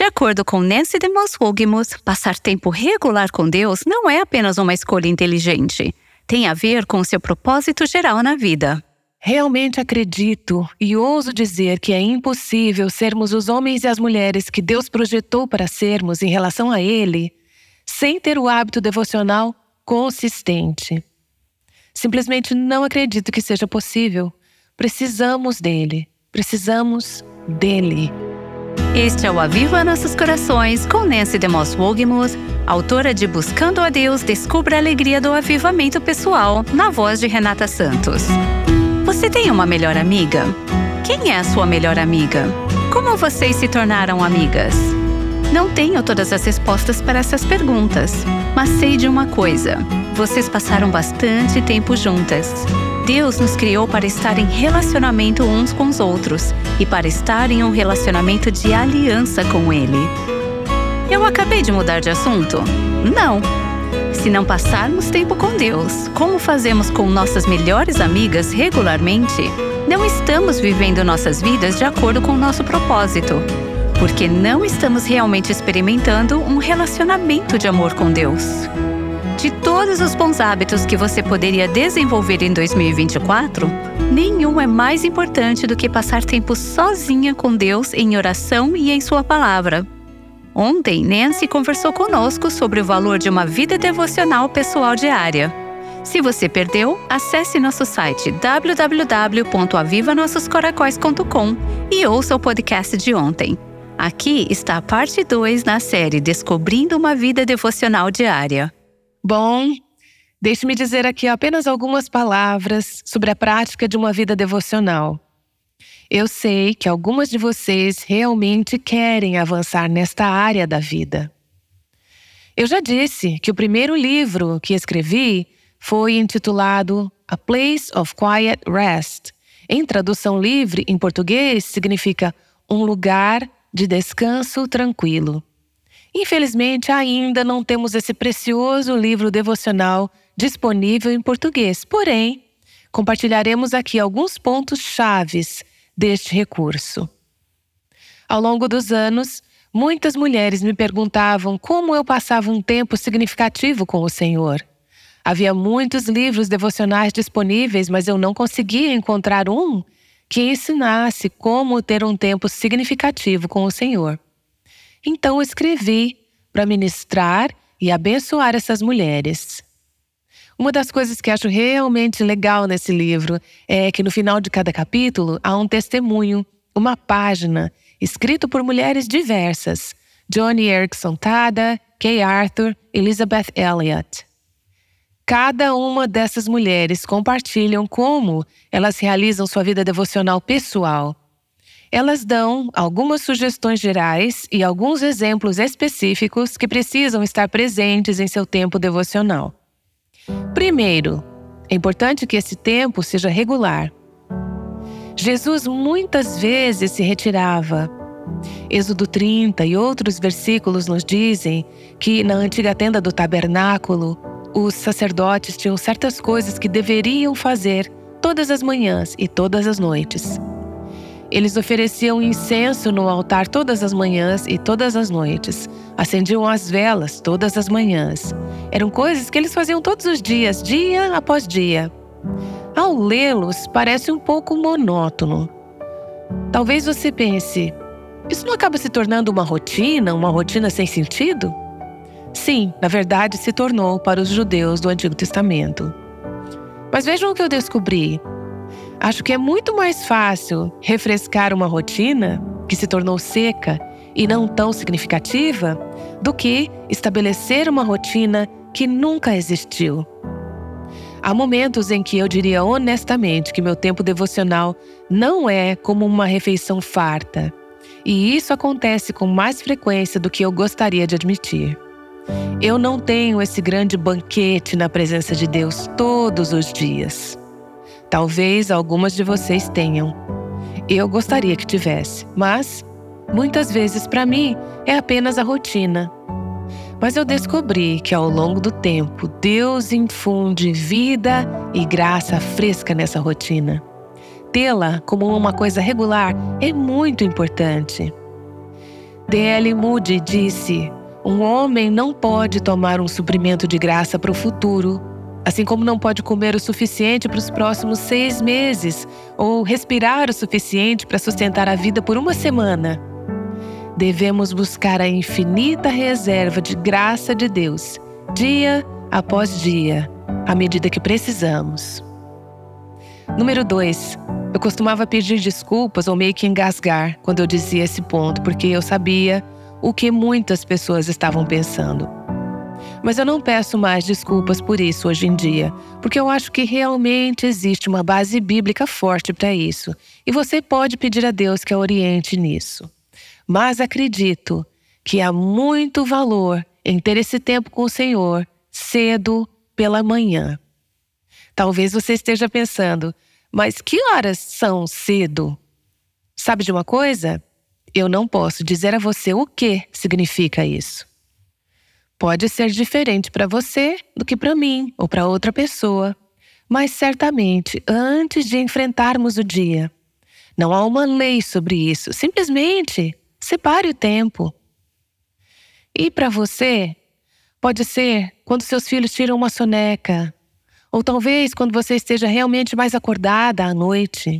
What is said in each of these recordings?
acordo com Nancy DeMoss Wolgemuth, passar tempo regular com Deus não é apenas uma escolha inteligente. Tem a ver com seu propósito geral na vida. Realmente acredito e ouso dizer que é impossível sermos os homens e as mulheres que Deus projetou para sermos em relação a Ele, sem ter o hábito devocional consistente. Simplesmente não acredito que seja possível. Precisamos dele. Precisamos dele. Este é o Aviva Nossos Corações com Nancy DeMoss Wolgemuth, autora de Buscando a Deus, Descubra a Alegria do Avivamento Pessoal, na voz de Renata Santos. Você tem uma melhor amiga? Quem é a sua melhor amiga? Como vocês se tornaram amigas? Não tenho todas as respostas para essas perguntas, mas sei de uma coisa: vocês passaram bastante tempo juntas. Deus nos criou para estar em relacionamento uns com os outros e para estar em um relacionamento de aliança com Ele. Eu acabei de mudar de assunto? Não! Se não passarmos tempo com Deus, como fazemos com nossas melhores amigas regularmente, não estamos vivendo nossas vidas de acordo com o nosso propósito, porque não estamos realmente experimentando um relacionamento de amor com Deus. De todos os bons hábitos que você poderia desenvolver em 2024, nenhum é mais importante do que passar tempo sozinha com Deus em oração e em sua palavra. Ontem, Nancy conversou conosco sobre o valor de uma vida devocional pessoal diária. Se você perdeu, acesse nosso site www.avivanossoscoracóis.com e ouça o podcast de ontem. Aqui está a parte 2 na série Descobrindo uma Vida Devocional Diária. Bom, deixe-me dizer aqui apenas algumas palavras sobre a prática de uma vida devocional. Eu sei que algumas de vocês realmente querem avançar nesta área da vida. Eu já disse que o primeiro livro que escrevi foi intitulado A Place of Quiet Rest. Em tradução livre, em português, significa um lugar de descanso tranquilo. Infelizmente, ainda não temos esse precioso livro devocional disponível em português. Porém, compartilharemos aqui alguns pontos chaves deste recurso. Ao longo dos anos, muitas mulheres me perguntavam como eu passava um tempo significativo com o Senhor. Havia muitos livros devocionais disponíveis, mas eu não conseguia encontrar um que ensinasse como ter um tempo significativo com o Senhor. Então escrevi para ministrar e abençoar essas mulheres. Uma das coisas que acho realmente legal nesse livro é que no final de cada capítulo há um testemunho, uma página, escrito por mulheres diversas: Joni Eareckson Tada, Kay Arthur, Elizabeth Elliot. Cada uma dessas mulheres compartilham como elas realizam sua vida devocional pessoal. Elas dão algumas sugestões gerais e alguns exemplos específicos que precisam estar presentes em seu tempo devocional. Primeiro, é importante que esse tempo seja regular. Jesus muitas vezes se retirava. Êxodo 30 e outros versículos nos dizem que na antiga tenda do tabernáculo, os sacerdotes tinham certas coisas que deveriam fazer todas as manhãs e todas as noites. Eles ofereciam incenso no altar todas as manhãs e todas as noites. Acendiam as velas todas as manhãs. Eram coisas que eles faziam todos os dias, dia após dia. Ao lê-los, parece um pouco monótono. Talvez você pense, isso não acaba se tornando uma rotina sem sentido? Sim, na verdade se tornou para os judeus do Antigo Testamento. Mas vejam o que eu descobri. Acho que é muito mais fácil refrescar uma rotina que se tornou seca e não tão significativa do que estabelecer uma rotina que nunca existiu. Há momentos em que eu diria honestamente que meu tempo devocional não é como uma refeição farta. E isso acontece com mais frequência do que eu gostaria de admitir. Eu não tenho esse grande banquete na presença de Deus todos os dias. Talvez algumas de vocês tenham. Eu gostaria que tivesse, mas muitas vezes para mim é apenas a rotina. Mas eu descobri que ao longo do tempo, Deus infunde vida e graça fresca nessa rotina. Tê-la como uma coisa regular é muito importante. D.L. Moody disse: um homem não pode tomar um suprimento de graça para o futuro, assim como não pode comer o suficiente para os próximos 6 meses ou respirar o suficiente para sustentar a vida por uma semana. Devemos buscar a infinita reserva de graça de Deus, dia após dia, à medida que precisamos. Número 2. Eu costumava pedir desculpas ou meio que engasgar quando eu dizia esse ponto, porque eu sabia o que muitas pessoas estavam pensando. Mas eu não peço mais desculpas por isso hoje em dia, porque eu acho que realmente existe uma base bíblica forte para isso, e você pode pedir a Deus que a oriente nisso. Mas acredito que há muito valor em ter esse tempo com o Senhor cedo pela manhã. Talvez você esteja pensando, mas que horas são cedo? Sabe de uma coisa? Eu não posso dizer a você o que significa isso. Pode ser diferente para você do que para mim ou para outra pessoa, mas certamente, antes de enfrentarmos o dia, não há uma lei sobre isso. Simplesmente separe o tempo. E para você, pode ser quando seus filhos tiram uma soneca, ou talvez quando você esteja realmente mais acordada à noite.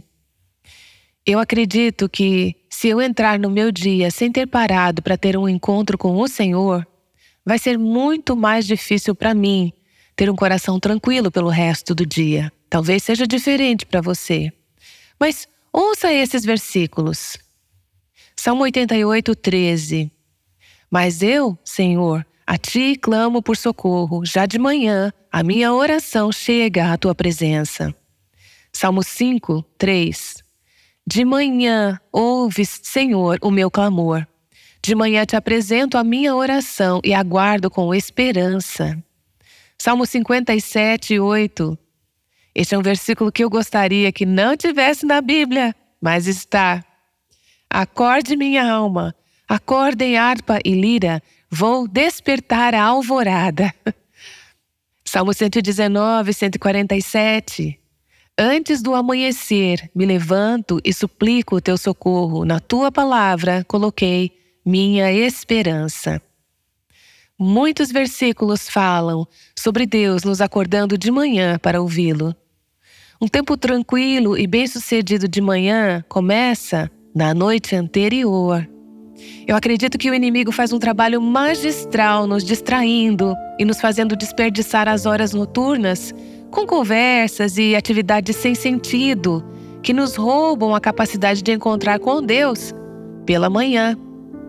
Eu acredito que se eu entrar no meu dia sem ter parado para ter um encontro com o Senhor, vai ser muito mais difícil para mim ter um coração tranquilo pelo resto do dia. Talvez seja diferente para você. Mas ouça esses versículos. Salmo 88, 13. Mas eu, Senhor, a Ti clamo por socorro. Já de manhã, a minha oração chega à Tua presença. Salmo 5, 3. De manhã, ouves, Senhor, o meu clamor. De manhã te apresento a minha oração e aguardo com esperança. Salmo 57, 8. Este é um versículo que eu gostaria que não tivesse na Bíblia, mas está. Acorde minha alma, acordem harpa e lira, vou despertar a alvorada. Salmo 119, 147. Antes do amanhecer, me levanto e suplico o teu socorro. Na tua palavra coloquei minha esperança. Muitos versículos falam sobre Deus nos acordando de manhã para ouvi-lo. Um tempo tranquilo e bem-sucedido de manhã começa na noite anterior. Eu acredito que o inimigo faz um trabalho magistral nos distraindo e nos fazendo desperdiçar as horas noturnas com conversas e atividades sem sentido que nos roubam a capacidade de encontrar com Deus pela manhã.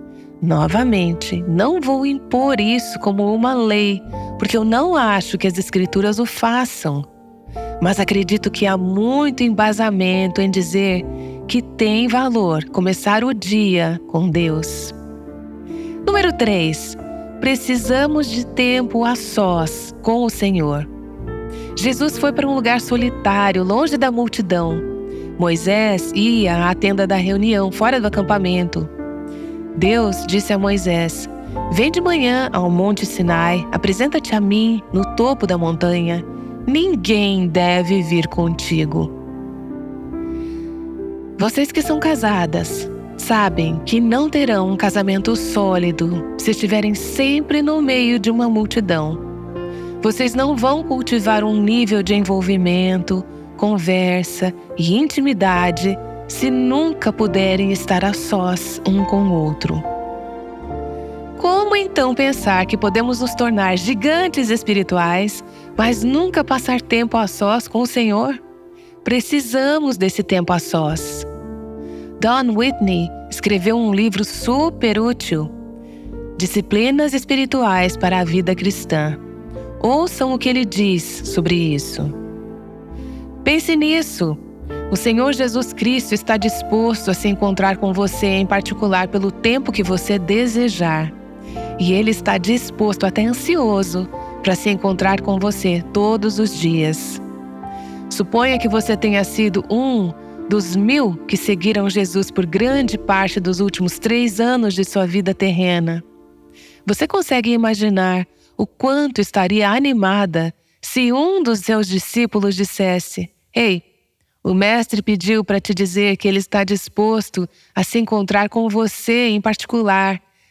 Novamente, não vou impor isso como uma lei, porque eu não acho que as Escrituras o façam. Mas acredito que há muito embasamento em dizer que tem valor começar o dia com Deus. Número 3. Precisamos de tempo a sós com o Senhor. Jesus foi para um lugar solitário, longe da multidão. Moisés ia à tenda da reunião, fora do acampamento. Deus disse a Moisés: vem de manhã ao Monte Sinai, apresenta-te a mim no topo da montanha. Ninguém deve vir contigo. Vocês que são casadas sabem que não terão um casamento sólido se estiverem sempre no meio de uma multidão. Vocês não vão cultivar um nível de envolvimento, conversa e intimidade se nunca puderem estar a sós um com o outro. Como então pensar que podemos nos tornar gigantes espirituais, mas nunca passar tempo a sós com o Senhor? Precisamos desse tempo a sós. Don Whitney escreveu um livro super útil, Disciplinas Espirituais para a Vida Cristã. Ouçam o que ele diz sobre isso. Pense nisso. O Senhor Jesus Cristo está disposto a se encontrar com você, em particular pelo tempo que você desejar. E Ele está disposto, até ansioso, para se encontrar com você todos os dias. Suponha que você tenha sido um dos 1000 que seguiram Jesus por grande parte dos últimos 3 anos de sua vida terrena. Você consegue imaginar o quanto estaria animada se um dos seus discípulos dissesse: Ei, o Mestre pediu para te dizer que Ele está disposto a se encontrar com você em particular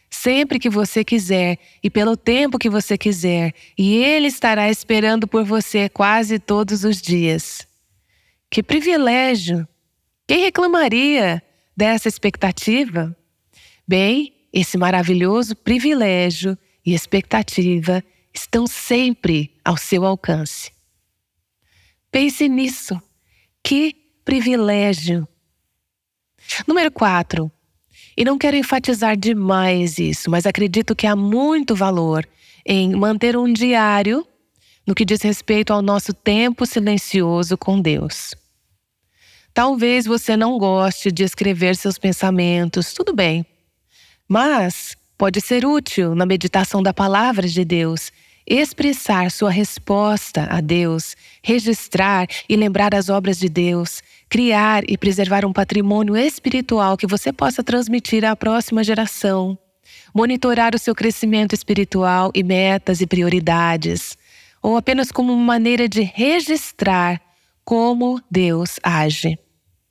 sempre que você quiser e pelo tempo que você quiser, e Ele estará esperando por você quase todos os dias. Que privilégio! Quem reclamaria dessa expectativa? Bem, esse maravilhoso privilégio e expectativa estão sempre ao seu alcance. Pense nisso. Que privilégio! Número 4. E não quero enfatizar demais isso, mas acredito que há muito valor em manter um diário no que diz respeito ao nosso tempo silencioso com Deus. Talvez você não goste de escrever seus pensamentos, tudo bem. Mas pode ser útil na meditação da palavra de Deus, expressar sua resposta a Deus, registrar e lembrar as obras de Deus, criar e preservar um patrimônio espiritual que você possa transmitir à próxima geração, monitorar o seu crescimento espiritual e metas e prioridades, ou apenas como uma maneira de registrar como Deus age.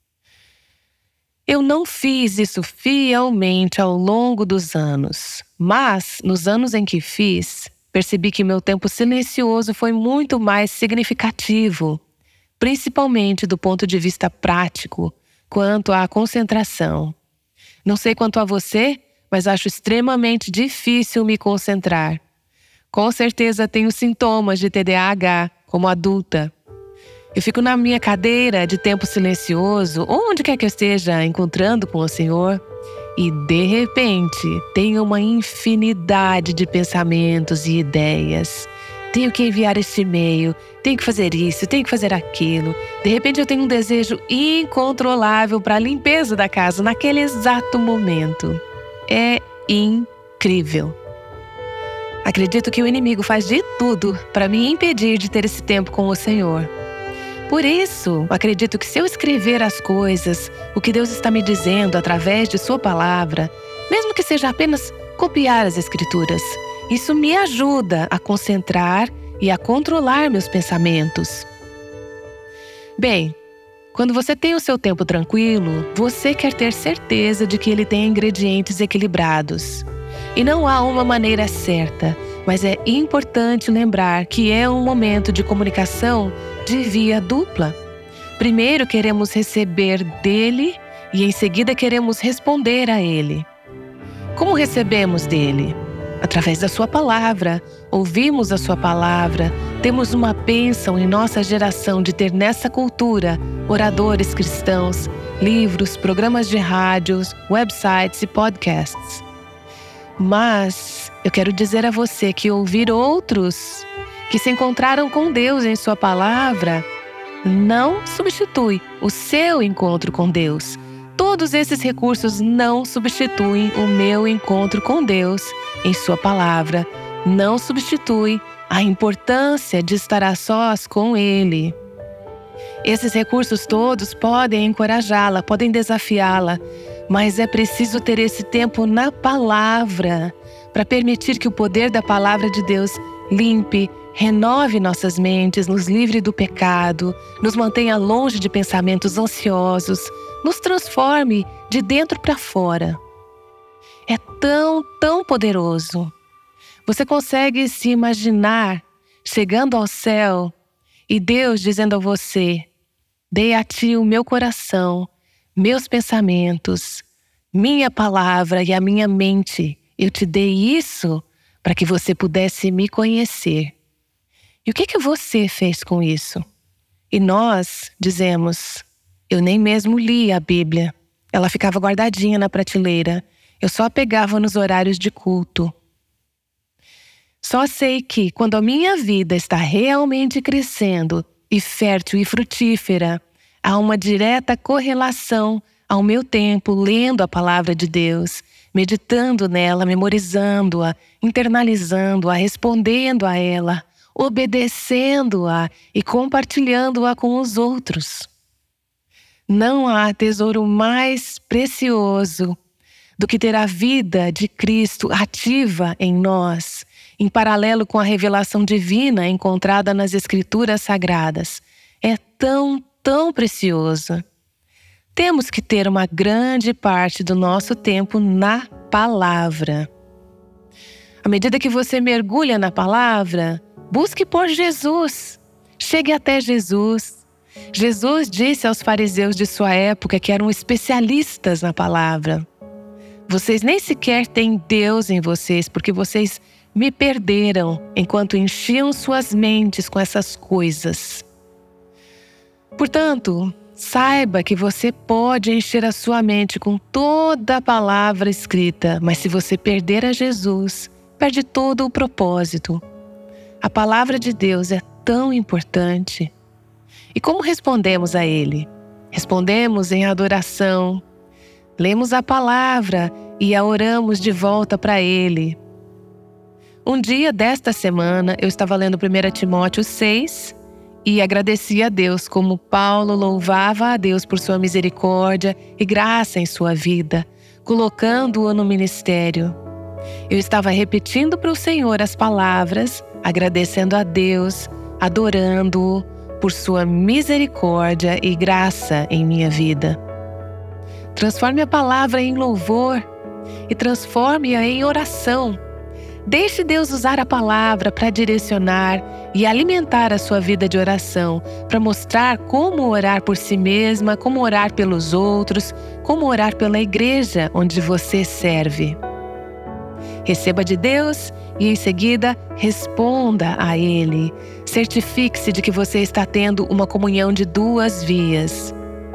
Eu não fiz isso fielmente ao longo dos anos, mas nos anos em que fiz, percebi que meu tempo silencioso foi muito mais significativo, principalmente do ponto de vista prático, quanto à concentração. Não sei quanto a você, mas acho extremamente difícil me concentrar. Com certeza tenho sintomas de TDAH como adulta. Eu fico na minha cadeira de tempo silencioso, onde quer que eu esteja encontrando com o Senhor, e de repente tenho uma infinidade de pensamentos e ideias. Tenho que enviar este e-mail, tenho que fazer isso, tenho que fazer aquilo. De repente eu tenho um desejo incontrolável para a limpeza da casa naquele exato momento. É incrível. Acredito que o inimigo faz de tudo para me impedir de ter esse tempo com o Senhor. Por isso, acredito que se eu escrever as coisas, o que Deus está me dizendo através de sua palavra, mesmo que seja apenas copiar as escrituras, isso me ajuda a concentrar e a controlar meus pensamentos. Bem, quando você tem o seu tempo tranquilo, você quer ter certeza de que ele tem ingredientes equilibrados. E não há uma maneira certa, mas é importante lembrar que é um momento de comunicação de via dupla. Primeiro queremos receber dele e em seguida queremos responder a ele. Como recebemos dele? Através da sua palavra. Ouvimos a sua palavra. Temos uma bênção em nossa geração de ter nessa cultura oradores cristãos, livros, programas de rádios, websites e podcasts. Mas eu quero dizer a você que ouvir outros que se encontraram com Deus em sua palavra não substitui o seu encontro com Deus. Todos esses recursos não substituem o meu encontro com Deus em sua palavra. Não substitui a importância de estar a sós com Ele. Esses recursos todos podem encorajá-la, podem desafiá-la, mas é preciso ter esse tempo na palavra para permitir que o poder da palavra de Deus limpe, renove nossas mentes, nos livre do pecado, nos mantenha longe de pensamentos ansiosos, nos transforme de dentro para fora. É tão poderoso. Você consegue se imaginar chegando ao céu e Deus dizendo a você: dei a ti o meu coração, meus pensamentos, minha palavra e a minha mente. Eu te dei isso para que você pudesse me conhecer. E o que você fez com isso? E nós dizemos: eu nem mesmo li a Bíblia. Ela ficava guardadinha na prateleira. Eu só a pegava nos horários de culto. Só sei que quando a minha vida está realmente crescendo e fértil e frutífera, há uma direta correlação ao meu tempo lendo a palavra de Deus, meditando nela, memorizando-a, internalizando-a, respondendo a ela, obedecendo-a e compartilhando-a com os outros. Não há tesouro mais precioso do que ter a vida de Cristo ativa em nós, em paralelo com a revelação divina encontrada nas Escrituras Sagradas. É tão precioso. Temos que ter uma grande parte do nosso tempo na palavra. À medida que você mergulha na palavra, busque por Jesus. Chegue até Jesus. Jesus disse aos fariseus de sua época que eram especialistas na palavra: vocês nem sequer têm Deus em vocês, porque vocês me perderam enquanto enchiam suas mentes com essas coisas. Portanto, saiba que você pode encher a sua mente com toda a palavra escrita, mas se você perder a Jesus, perde todo o propósito. A palavra de Deus é tão importante. E como respondemos a Ele? Respondemos em adoração. Lemos a palavra e a oramos de volta para Ele. Um dia desta semana, eu estava lendo 1 Timóteo 6 e agradeci a Deus como Paulo louvava a Deus por sua misericórdia e graça em sua vida, colocando-o no ministério. Eu estava repetindo para o Senhor as palavras, agradecendo a Deus, adorando-o por sua misericórdia e graça em minha vida. Transforme a palavra em louvor e transforme-a em oração. Deixe Deus usar a palavra para direcionar e alimentar a sua vida de oração, para mostrar como orar por si mesma, como orar pelos outros, como orar pela igreja onde você serve. Receba de Deus e, em seguida, responda a Ele. Certifique-se de que você está tendo uma comunhão de 2 vias.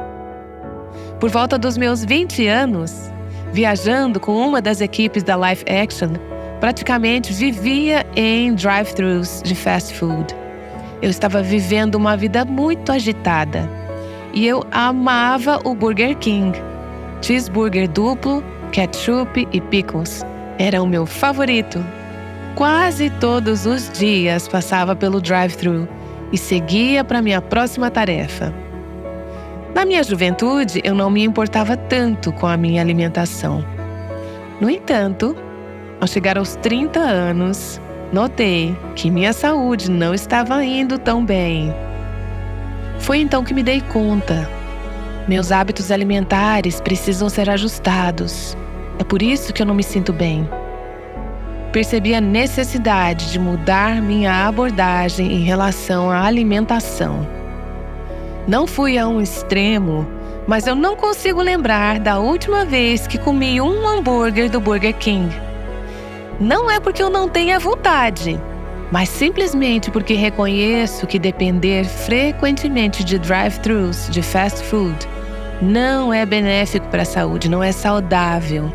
Por volta dos meus 20 anos, viajando com uma das equipes da Life Action, praticamente vivia em drive-thrus de fast food. Eu estava vivendo uma vida muito agitada. E eu amava o Burger King. Cheeseburger duplo, ketchup e pickles. Era o meu favorito. Quase todos os dias passava pelo drive-thru e seguia para minha próxima tarefa. Na minha juventude, eu não me importava tanto com a minha alimentação. No entanto, ao chegar aos 30 anos, notei que minha saúde não estava indo tão bem. Foi então que me dei conta. Meus hábitos alimentares precisam ser ajustados. É por isso que eu não me sinto bem. Percebi a necessidade de mudar minha abordagem em relação à alimentação. Não fui a um extremo, mas eu não consigo lembrar da última vez que comi um hambúrguer do Burger King. Não é porque eu não tenha vontade, mas simplesmente porque reconheço que depender frequentemente de drive-thrus de fast food não é benéfico para a saúde, não é saudável.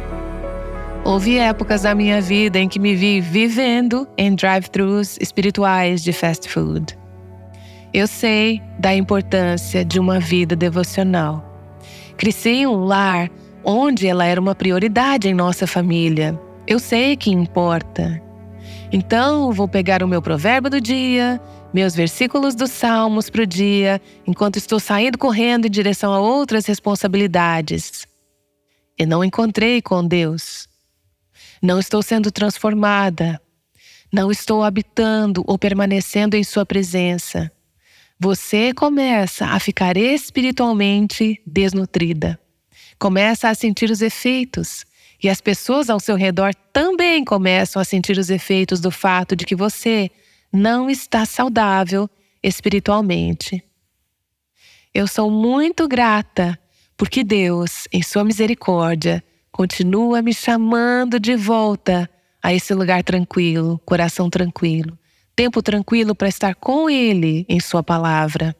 Houve épocas da minha vida em que me vi vivendo em drive-thrus espirituais de fast food. Eu sei da importância de uma vida devocional. Cresci em um lar onde ela era uma prioridade em nossa família. Eu sei que importa. Então, vou pegar o meu provérbio do dia, meus versículos dos Salmos para o dia, enquanto estou saindo correndo em direção a outras responsabilidades. E não encontrei com Deus. Não estou sendo transformada. Não estou habitando ou permanecendo em sua presença. Você começa a ficar espiritualmente desnutrida. Começa a sentir os efeitos. E as pessoas ao seu redor também começam a sentir os efeitos do fato de que você não está saudável espiritualmente. Eu sou muito grata porque Deus, em sua misericórdia, continua me chamando de volta a esse lugar tranquilo, coração tranquilo, tempo tranquilo para estar com Ele em sua palavra.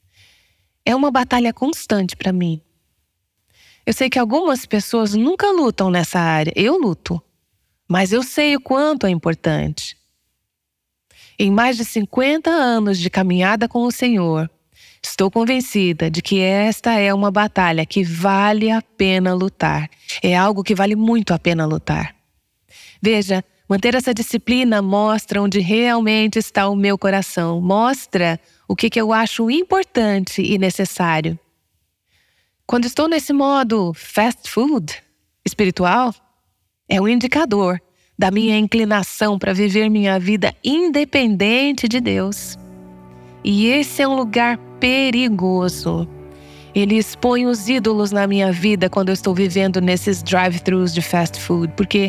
É uma batalha constante para mim. Eu sei que algumas pessoas nunca lutam nessa área. Eu luto. Mas eu sei o quanto é importante. Em mais de 50 anos de caminhada com o Senhor, estou convencida de que esta é uma batalha que vale a pena lutar. É algo que vale muito a pena lutar. Veja, manter essa disciplina mostra onde realmente está o meu coração. Mostra o que eu acho importante e necessário. Quando estou nesse modo fast food espiritual, é um indicador da minha inclinação para viver minha vida independente de Deus. E esse é um lugar perigoso. Ele expõe os ídolos na minha vida quando eu estou vivendo nesses drive-thrus de fast food, porque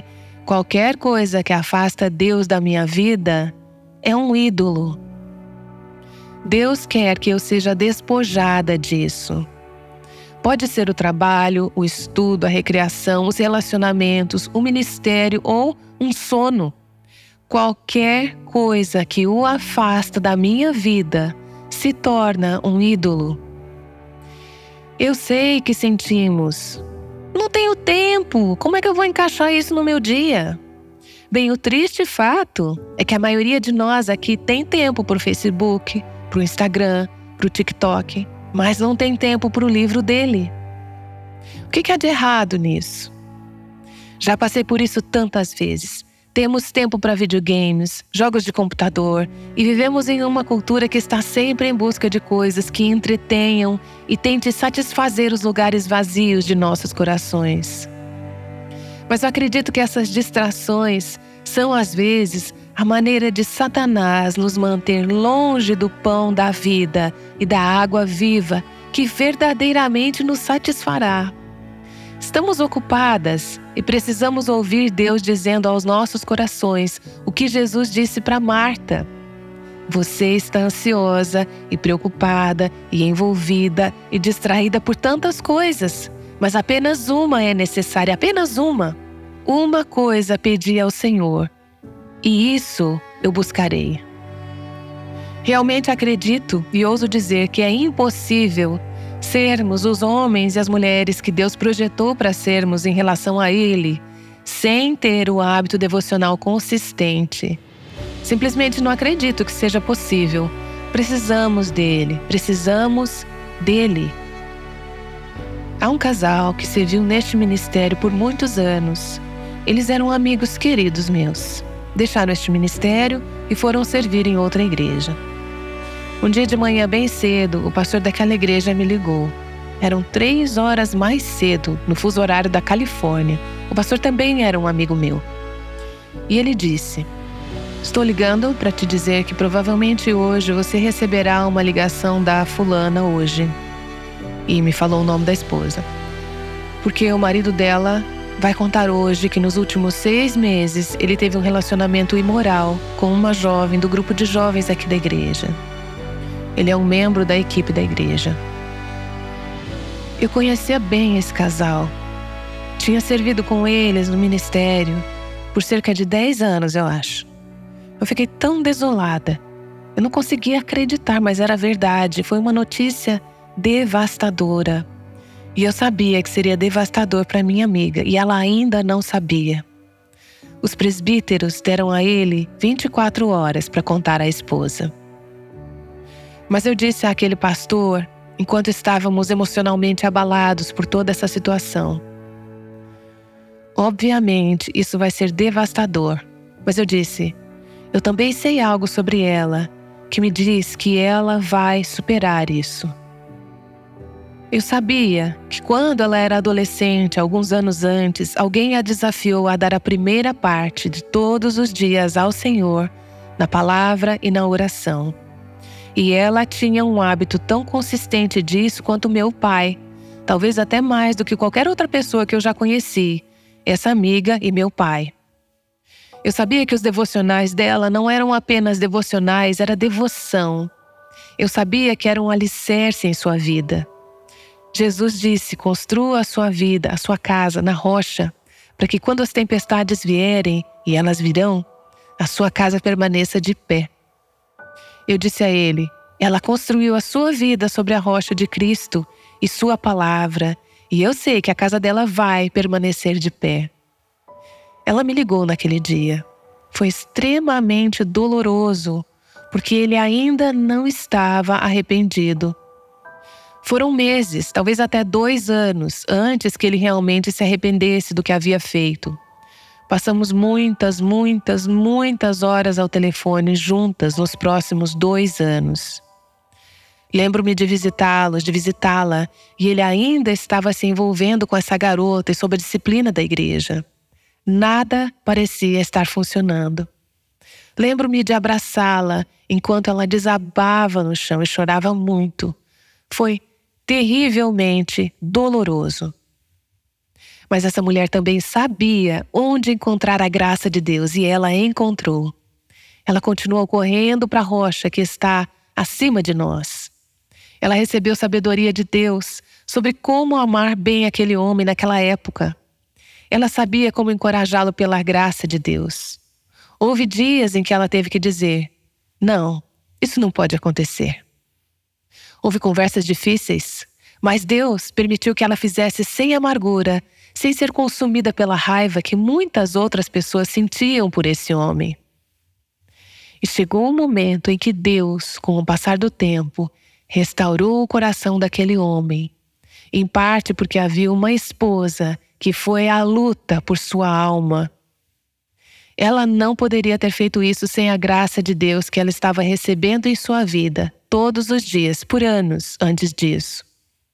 Qualquer coisa que afasta Deus da minha vida é um ídolo. Deus quer que eu seja despojada disso. Pode ser o trabalho, o estudo, a recreação, os relacionamentos, o ministério ou um sono. Qualquer coisa que o afasta da minha vida se torna um ídolo. Eu sei que sentimos: não tenho tempo, como é que eu vou encaixar isso no meu dia? Bem, o triste fato é que a maioria de nós aqui tem tempo para o Facebook, para o Instagram, para o TikTok, mas não tem tempo para o livro dele. O que há de errado nisso? Já passei por isso tantas vezes. Temos tempo para videogames, jogos de computador e vivemos em uma cultura que está sempre em busca de coisas que entretenham e tente satisfazer os lugares vazios de nossos corações. Mas eu acredito que essas distrações são, às vezes, a maneira de Satanás nos manter longe do pão da vida e da água viva que verdadeiramente nos satisfará. Estamos ocupadas e precisamos ouvir Deus dizendo aos nossos corações o que Jesus disse para Marta. Você está ansiosa e preocupada e envolvida e distraída por tantas coisas, mas apenas uma é necessária, apenas uma. Uma coisa pedi ao Senhor, e isso eu buscarei. Realmente acredito e ouso dizer que é impossível sermos os homens e as mulheres que Deus projetou para sermos em relação a Ele, sem ter o hábito devocional consistente. Simplesmente não acredito que seja possível. Precisamos dele. Há um casal que serviu neste ministério por muitos anos. Eles eram amigos queridos meus. Deixaram este ministério e foram servir em outra igreja. Um dia de manhã bem cedo, o pastor daquela igreja me ligou. Eram 3 horas mais cedo, no fuso horário da Califórnia. O pastor também era um amigo meu. E ele disse: estou ligando para te dizer que provavelmente hoje você receberá uma ligação da fulana hoje. E me falou o nome da esposa. Porque o marido dela vai contar hoje que nos últimos 6 meses ele teve um relacionamento imoral com uma jovem do grupo de jovens aqui da igreja. Ele é um membro da equipe da igreja. Eu conhecia bem esse casal. Tinha servido com eles no ministério por cerca de 10 anos, eu acho. Eu fiquei tão desolada. Eu não conseguia acreditar, mas era verdade. Foi uma notícia devastadora. E eu sabia que seria devastador para minha amiga, e ela ainda não sabia. Os presbíteros deram a ele 24 horas para contar à esposa. Mas eu disse àquele pastor, enquanto estávamos emocionalmente abalados por toda essa situação: obviamente, isso vai ser devastador. Mas eu disse: eu também sei algo sobre ela, que me diz que ela vai superar isso. Eu sabia que quando ela era adolescente, alguns anos antes, alguém a desafiou a dar a primeira parte de todos os dias ao Senhor, na palavra e na oração. E ela tinha um hábito tão consistente disso quanto meu pai, talvez até mais do que qualquer outra pessoa que eu já conheci, essa amiga e meu pai. Eu sabia que os devocionais dela não eram apenas devocionais, era devoção. Eu sabia que era um alicerce em sua vida. Jesus disse: construa a sua vida, a sua casa na rocha, para que quando as tempestades vierem, e elas virão, a sua casa permaneça de pé. Eu disse a ele: ela construiu a sua vida sobre a rocha de Cristo e sua palavra, e eu sei que a casa dela vai permanecer de pé. Ela me ligou naquele dia. Foi extremamente doloroso, porque ele ainda não estava arrependido. Foram meses, talvez até 2 anos, antes que ele realmente se arrependesse do que havia feito. Passamos muitas horas ao telefone juntas nos próximos 2 anos. Lembro-me de visitá-los, de visitá-la, e ele ainda estava se envolvendo com essa garota e sob a disciplina da igreja. Nada parecia estar funcionando. Lembro-me de abraçá-la enquanto ela desabava no chão e chorava muito. Foi terrivelmente doloroso. Mas essa mulher também sabia onde encontrar a graça de Deus e ela a encontrou. Ela continuou correndo para a rocha que está acima de nós. Ela recebeu sabedoria de Deus sobre como amar bem aquele homem naquela época. Ela sabia como encorajá-lo pela graça de Deus. Houve dias em que ela teve que dizer: não, isso não pode acontecer. Houve conversas difíceis, mas Deus permitiu que ela fizesse sem amargura, sem ser consumida pela raiva que muitas outras pessoas sentiam por esse homem. E chegou um momento em que Deus, com o passar do tempo, restaurou o coração daquele homem, em parte porque havia uma esposa que foi à luta por sua alma. Ela não poderia ter feito isso sem a graça de Deus que ela estava recebendo em sua vida, todos os dias, por anos antes disso.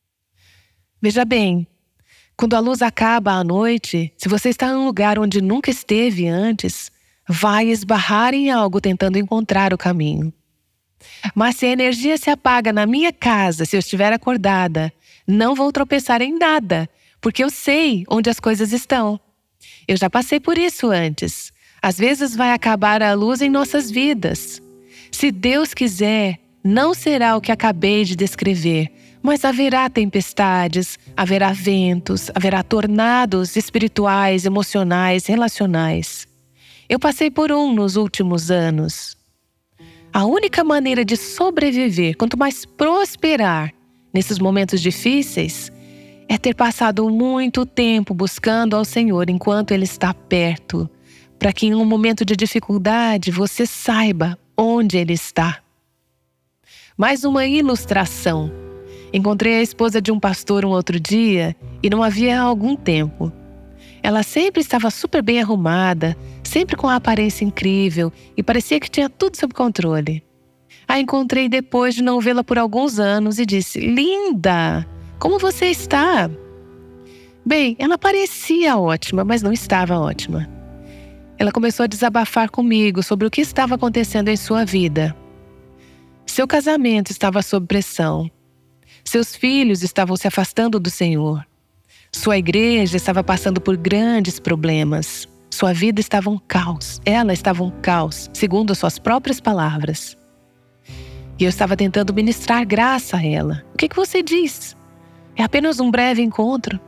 Veja bem, quando a luz acaba à noite, se você está em um lugar onde nunca esteve antes, vai esbarrar em algo tentando encontrar o caminho. Mas se a energia se apaga na minha casa, se eu estiver acordada, não vou tropeçar em nada, porque eu sei onde as coisas estão. Eu já passei por isso antes. Às vezes vai acabar a luz em nossas vidas. Se Deus quiser, não será o que acabei de descrever, mas haverá tempestades, haverá ventos, haverá tornados espirituais, emocionais, relacionais. Eu passei por um nos últimos anos. A única maneira de sobreviver, quanto mais prosperar nesses momentos difíceis, é ter passado muito tempo buscando ao Senhor enquanto Ele está perto, para que em um momento de dificuldade você saiba onde Ele está. Mais uma ilustração. Encontrei a esposa de um pastor um outro dia e não havia algum tempo. Ela sempre estava super bem arrumada, sempre com a aparência incrível e parecia que tinha tudo sob controle. A encontrei depois de não vê-la por alguns anos e disse: "Linda, como você está?" Bem, ela parecia ótima, mas não estava ótima. Ela começou a desabafar comigo sobre o que estava acontecendo em sua vida. Seu casamento estava sob pressão. Seus filhos estavam se afastando do Senhor. Sua igreja estava passando por grandes problemas. Sua vida estava um caos. Ela estava um caos, segundo as suas próprias palavras. E eu estava tentando ministrar graça a ela. O que você diz? É apenas um breve encontro.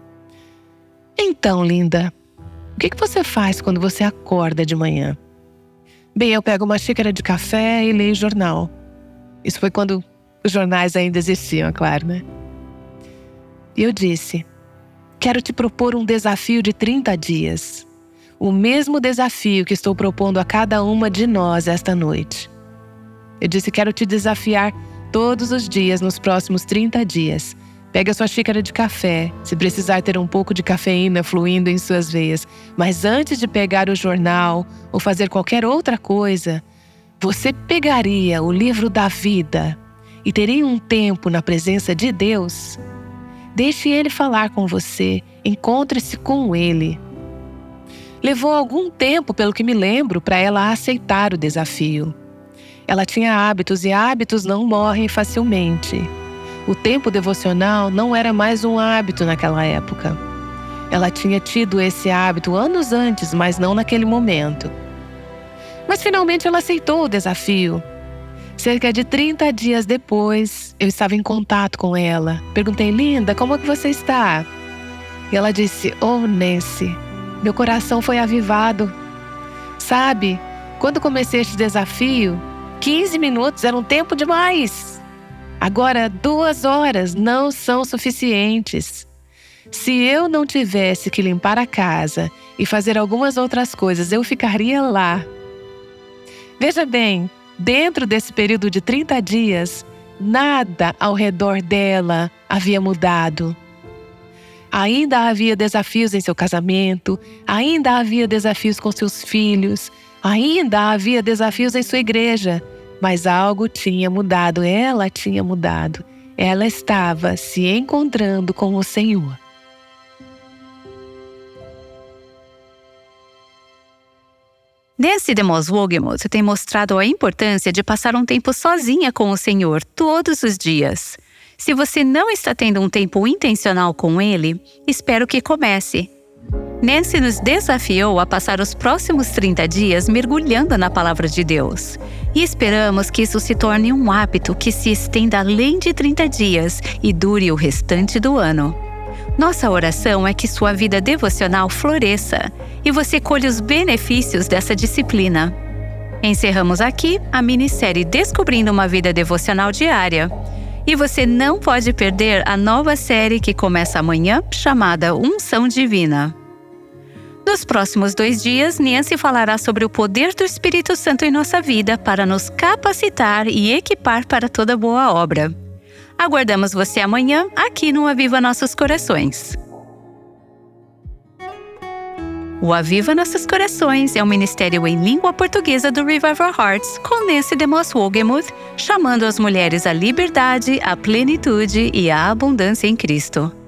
Então, linda, o que você faz quando você acorda de manhã? Bem, eu pego uma xícara de café e leio jornal. Isso foi quando os jornais ainda existiam, é claro, né? E eu disse: quero te propor um desafio de 30 dias. O mesmo desafio que estou propondo a cada uma de nós esta noite. Eu disse: quero te desafiar todos os dias nos próximos 30 dias. Pegue a sua xícara de café, se precisar ter um pouco de cafeína fluindo em suas veias. Mas antes de pegar o jornal ou fazer qualquer outra coisa, você pegaria o livro da vida e teria um tempo na presença de Deus. Deixe Ele falar com você, encontre-se com Ele. Levou algum tempo, pelo que me lembro, para ela aceitar o desafio. Ela tinha hábitos e hábitos não morrem facilmente. O tempo devocional não era mais um hábito naquela época. Ela tinha tido esse hábito anos antes, mas não naquele momento. Mas finalmente ela aceitou o desafio. Cerca de 30 dias depois, eu estava em contato com ela. Perguntei: linda, como é que você está? E ela disse: oh, Nancy, meu coração foi avivado. Sabe, quando comecei este desafio, 15 minutos era um tempo demais. Agora, 2 horas não são suficientes. Se eu não tivesse que limpar a casa e fazer algumas outras coisas, eu ficaria lá. Veja bem, dentro desse período de 30 dias, nada ao redor dela havia mudado. Ainda havia desafios em seu casamento, ainda havia desafios com seus filhos, ainda havia desafios em sua igreja, mas algo tinha mudado, ela tinha mudado. Ela estava se encontrando com o Senhor. Nancy DeMoss Wogemuth tem mostrado a importância de passar um tempo sozinha com o Senhor todos os dias. Se você não está tendo um tempo intencional com ele, espero que comece. Nancy nos desafiou a passar os próximos 30 dias mergulhando na Palavra de Deus. E esperamos que isso se torne um hábito que se estenda além de 30 dias e dure o restante do ano. Nossa oração é que sua vida devocional floresça e você colhe os benefícios dessa disciplina. Encerramos aqui a minissérie Descobrindo uma Vida Devocional Diária. E você não pode perder a nova série que começa amanhã, chamada Unção Divina. Nos próximos 2 dias, Nancy falará sobre o poder do Espírito Santo em nossa vida para nos capacitar e equipar para toda boa obra. Aguardamos você amanhã aqui no Aviva Nossos Corações. O Aviva Nossos Corações é um ministério em língua portuguesa do Revival Hearts com Nancy DeMoss Wogemuth, chamando as mulheres à liberdade, à plenitude e à abundância em Cristo.